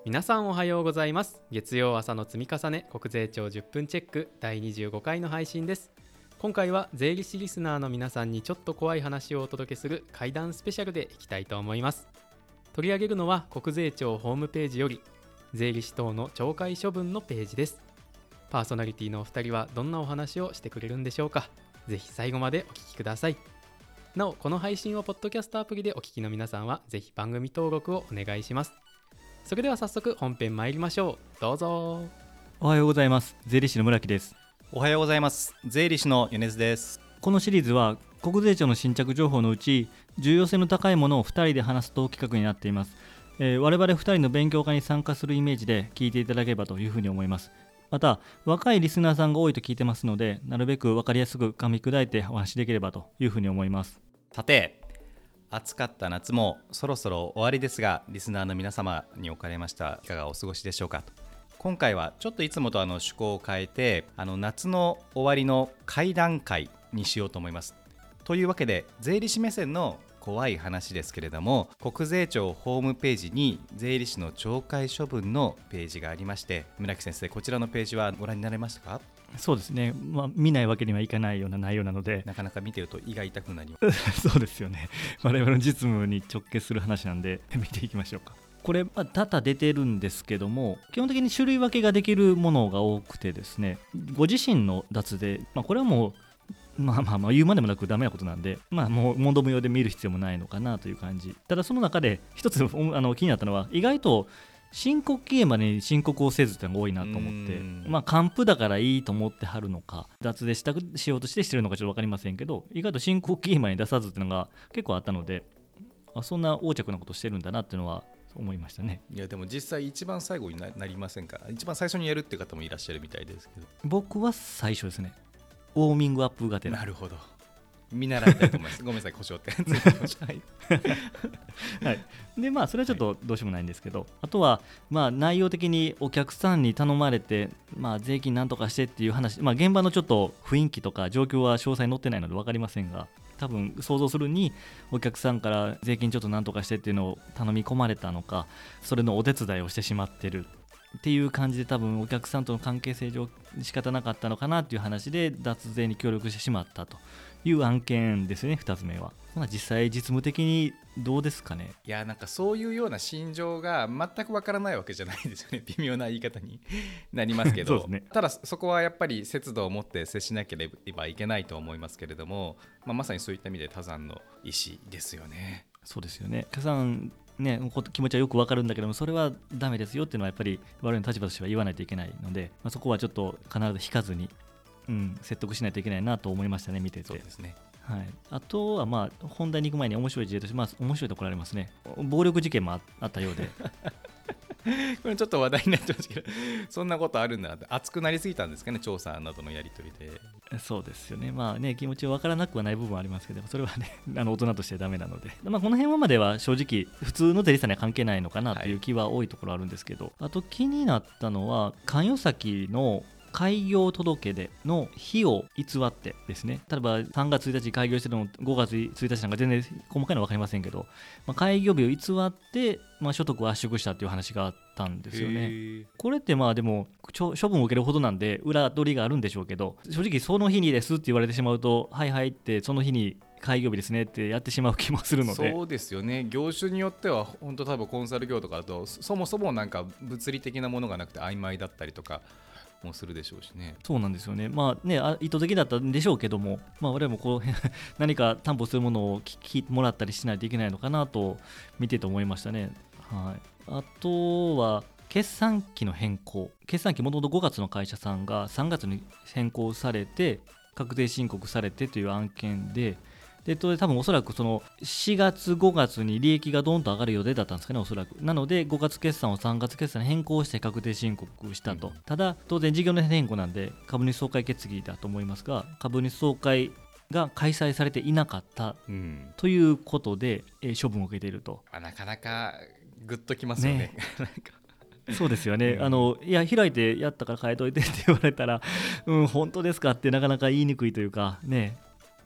皆さんおはようございます。月曜朝の積み重ね国税庁10分チェック第25回の配信です。今回は税理士リスナーの皆さんにちょっと怖い話をお届けする怪談スペシャルでいきたいと思います。取り上げるのは国税庁ホームページより税理士等の懲戒処分のページです。パーソナリティのお二人はどんなお話をしてくれるんでしょうか。ぜひ最後までお聞きください。なおこの配信をポッドキャストアプリでお聞きの皆さんはぜひ番組登録をお願いします。それでは早速本編参りましょう。どうぞ。 おはようございます。税理士の村木です。 おはようございます。税理士の米津です。 このシリーズは国税庁の新着情報のうち重要性の高いものを2人で話すトーク企画になっています。我々2人の勉強会に参加するイメージで聞いていただければというふうに思います。また若いリスナーさんが多いと聞いてますので、なるべく分かりやすく噛み砕いてお話しできればというふうに思います。 さて、暑かった夏もそろそろ終わりですが、リスナーの皆様におかれましたいかがお過ごしでしょうか。今回はちょっといつもと趣向を変えて夏の終わりの怪談会にしようと思います。というわけで税理士目線の怖い話ですけれども、国税庁ホームページに税理士の懲戒処分のページがありまして、村木先生、こちらのページはご覧になれましたか？ そうですね、見ないわけにはいかないような内容なので、 なかなか見てると胃が痛くなりますそうですよね。我々の実務に直結する話なんで見ていきましょうか。これ多々出てるんですけども、基本的に種類分けができるものが多くてですね、ご自身の脱税、これはもう言うまでもなくダメなことなんで、もう問答無用で見る必要もないのかなという感じ。ただその中で一つ気になったのは、意外と申告期限までに申告をせずというのが多いなと思って、還付だからいいと思ってはるのか、脱税しようとしてるのかちょっと分かりませんけど、意外と申告期限までに出さずっていうのが結構あったので、そんな横着なことしてるんだなっていうのは思いましたね。 いやでも実際一番最後に なりませんか？一番最初にやるっていう方もいらっしゃるみたいですけど、 僕は最初ですね。ウォーミングアップがてら。 なるほど、見習いたいと思いますごめんなさい、故障ってはいはい、でそれはちょっとどうしようもないんですけど、あとは内容的にお客さんに頼まれて、税金なんとかしてっていう話、現場のちょっと雰囲気とか状況は詳細載ってないので分かりませんが、多分想像するにお客さんから税金ちょっとなんとかしてっていうのを頼み込まれたのか、それのお手伝いをしてしまってるっていう感じで、多分お客さんとの関係性上仕方なかったのかなっていう話で脱税に協力してしまったという案件ですね。2つ目は実際実務的にどうですかね。 いやなんかそういうような心情が全くわからないわけじゃないですよね。微妙な言い方になりますけどそうですね。 ただそこはやっぱり節度を持って接しなければいけないと思いますけれども、まさにそういった意味で他山の意思ですよね。 そうですよね。他山ね、気持ちはよくわかるんだけども、それはダメですよっていうのはやっぱり我々の立場としては言わないといけないので、そこはちょっと必ず引かずに、説得しないといけないなと思いましたね、見てて。 そうですね。 はい、あとは本題に行く前に面白い事例として、面白いところありますね。暴力事件もあったようでこれちょっと話題になってますけどそんなことあるんだって、熱くなりすぎたんですかね、調査などのやり取りで。 そうですよね。気持ちは分からなくはない部分はありますけど、それはね大人としてダメなので、この辺はまでは正直普通の税理士さんには関係ないのかなという気は多いところあるんですけど、あと気になったのは関与先の開業届での日を偽ってですね、例えば3月1日開業してるの5月1日なんか全然細かいのは分かりませんけど、開業日を偽って、所得を圧縮したっていう話があったんですよね。これってでも処分を受けるほどなんで裏取りがあるんでしょうけど、正直その日にですって言われてしまうと、はいはいってその日に開業日ですねってやってしまう気もするので。 そうですよね。業種によっては本当多分コンサル業とかだとそもそもなんか物理的なものがなくて曖昧だったりとかもするでしょうしね。 そうなんですよね。意図的だったんでしょうけども、我々も何か担保するものを聞いてもらったりしないといけないのかなと見てて思いましたね。はい、あとは決算期の変更。決算期もともと5月の会社さんが3月に変更されて確定申告されてという案件で、多分おそらくその4月5月に利益がどんと上がる予定だったんですかね、おそらく。なので5月決算を3月決算に変更して確定申告したと。ただ当然事業の変更なんで株主総会決議だと思いますが、株主総会が開催されていなかったということで、処分を受けていると。 なかなかグッときますよね。 そうですよね。いや開いてやったから変えといてって言われたら、本当ですかってなかなか言いにくいというかね。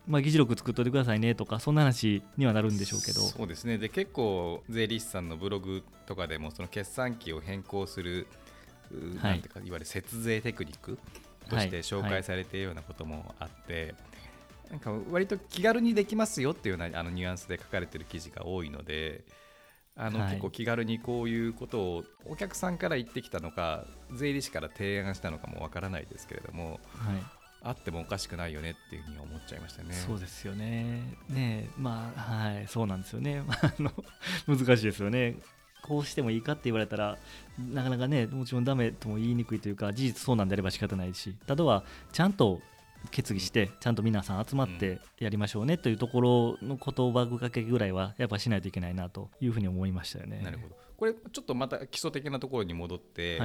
議事録作っといてくださいねとかそんな話にはなるんでしょうけど。 そうですね。で結構税理士さんのブログとかでもその決算期を変更する、なんていうかいわゆる節税テクニックとして紹介されているようなこともあって、なんか割と気軽にできますよっていうようなニュアンスで書かれている記事が多いので、結構気軽にこういうことをお客さんから言ってきたのか税理士から提案したのかもわからないですけれども、あってもおかしくないよねっていうふうに思っちゃいましたね。 そうですよね。そうなんですよね。難しいですよね。こうしてもいいかって言われたらなかなかね、もちろんダメとも言いにくいというか、事実そうなんであれば仕方ないし、あとはちゃんと決議してちゃんと皆さん集まってやりましょうねというところの言葉かけぐらいはやっぱしないといけないなというふうに思いましたよね。 なるほど。これちょっとまた基礎的なところに戻って、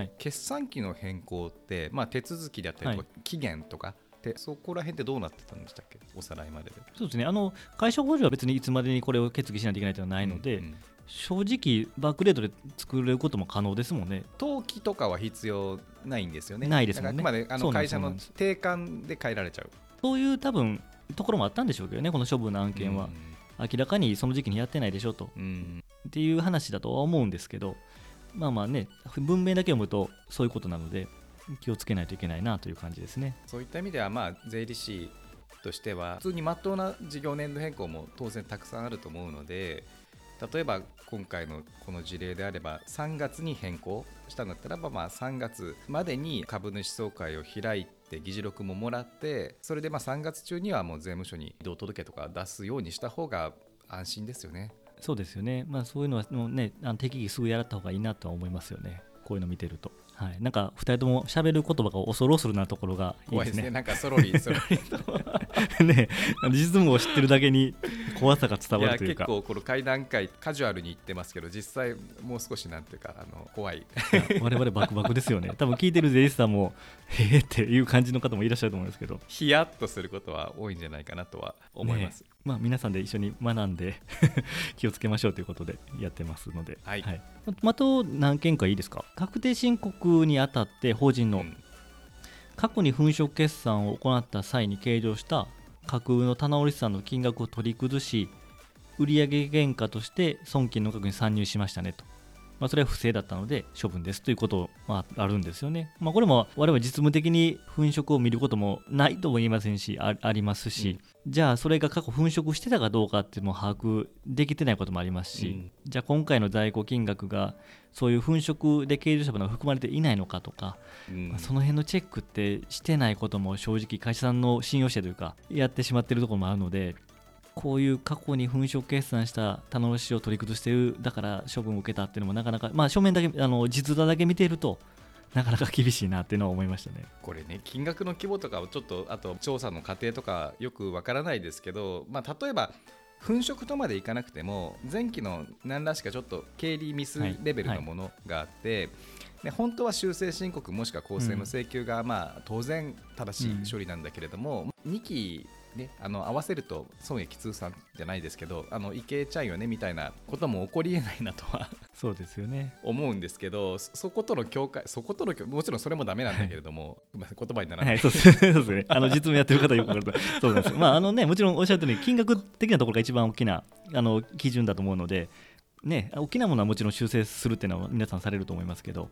決算期の変更って、手続きであったりとか、期限とかでそこら辺ってどうなってたんでしたっけ、おさらいまでで。 そうですね、会社法上は別にいつまでにこれを決議しないといけないというのはないので、正直バックデートで作れることも可能ですもんね。 登記とかは必要ないんですよね。 ないですもんね。 あくまで会社の定款で変えられちゃう、 そういう多分ところもあったんでしょうけどね、この処分の案件は。明らかにその時期にやってないでしょと、っていう話だとは思うんですけど、文明だけ読むとそういうことなので気をつけないといけないなという感じですね。 そういった意味では、税理士としては普通に真っ当な事業年度変更も当然たくさんあると思うので、例えば今回のこの事例であれば3月に変更したんだったらば、3月までに株主総会を開いて議事録ももらって、それで3月中にはもう税務署に移動届とか出すようにした方が安心ですよね。 そうですよね。そういうのはもうね、適宜すぐやった方がいいなとは思いますよね、こういうの見てると。なんか2人とも喋る言葉が恐る恐るなところがいいですね。 怖いですね。なんかそろりとね、実務を知ってるだけに怖さが伝わるというか。 結構この会談会カジュアルに言ってますけど、実際もう少しなんていうか怖い。 我々バクバクですよね。多分聞いてる税理士さんもへーっていう感じの方もいらっしゃると思うんですけど、 ヒヤッとすることは多いんじゃないかなとは思います。 皆さんで一緒に学んで気をつけましょうということでやってますので、あと何件かいいですか。確定申告にあたって法人の、過去に粉飾決算を行った際に計上した架空の棚卸資産の金額を取り崩し、売上原価として損金の額に算入しましたねと。それは不正だったので処分ですということあるんですよね。これも我々実務的に粉飾を見ることもないとも言いませんし、ありますし、じゃあそれが過去粉飾してたかどうかっていうのも把握できてないこともありますし、じゃあ今回の在庫金額がそういう粉飾で計上したものが含まれていないのかとか、その辺のチェックってしてないことも正直会社さんの信用してというかやってしまっているところもあるので、こういう過去に粉飾決算した棚卸を取り崩している、だから処分を受けたっていうのもなかなか、書面だけ実座だけ見ているとなかなか厳しいなっていうのは思いましたね。 これね、金額の規模とかをちょっとあと調査の過程とかよくわからないですけど、例えば粉飾とまでいかなくても前期の何らしかちょっと経理ミスレベルのものがあって、で本当は修正申告もしくは公正の請求が当然正しい処理なんだけれども、2期合わせると損益通算じゃないですけどいけちゃうよねみたいなことも起こりえないなとはそうですよね、 思うんですけど、そことの境界、もちろんそれもダメなんだけれども、言葉にならない、 そうですね実務やってる方よく分かるとそうなんですもちろんおっしゃったように金額的なところが一番大きな基準だと思うので、大きなものはもちろん修正するっていうのは皆さんされると思いますけど、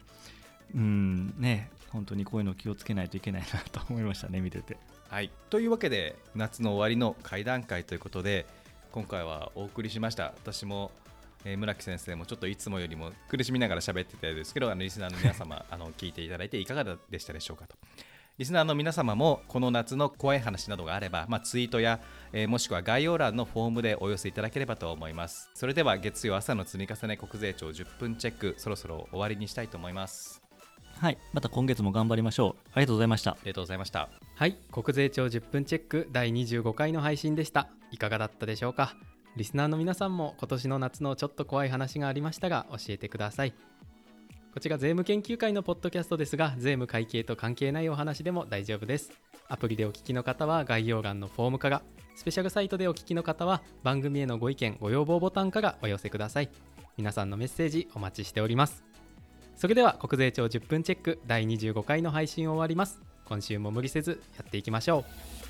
本当にこういうの気をつけないといけないなと思いましたね、見てて。 というわけで夏の終わりの会談会ということで今回はお送りしました。私も、村木先生もちょっといつもよりも苦しみながら喋ってたようですけど、リスナーの皆様聞いていただいていかがでしたでしょうかと。リスナーの皆様もこの夏の怖い話などがあれば、ツイートや、もしくは概要欄のフォームでお寄せいただければと思います。それでは月曜朝の積み重ね国税庁10分チェック、そろそろ終わりにしたいと思います。 また今月も頑張りましょう。ありがとうございました。 ありがとうございました。 国税庁10分チェック第25回の配信でした。いかがだったでしょうか。リスナーの皆さんも今年の夏のちょっと怖い話がありましたが教えてください。こちら税務研究会のポッドキャストですが、税務会計と関係ないお話でも大丈夫です。アプリでお聞きの方は概要欄のフォームから、スペシャルサイトでお聞きの方は番組へのご意見ご要望ボタンからお寄せください。皆さんのメッセージお待ちしております。それでは国税庁10分チェック第25回の配信を終わります。今週も無理せずやっていきましょう。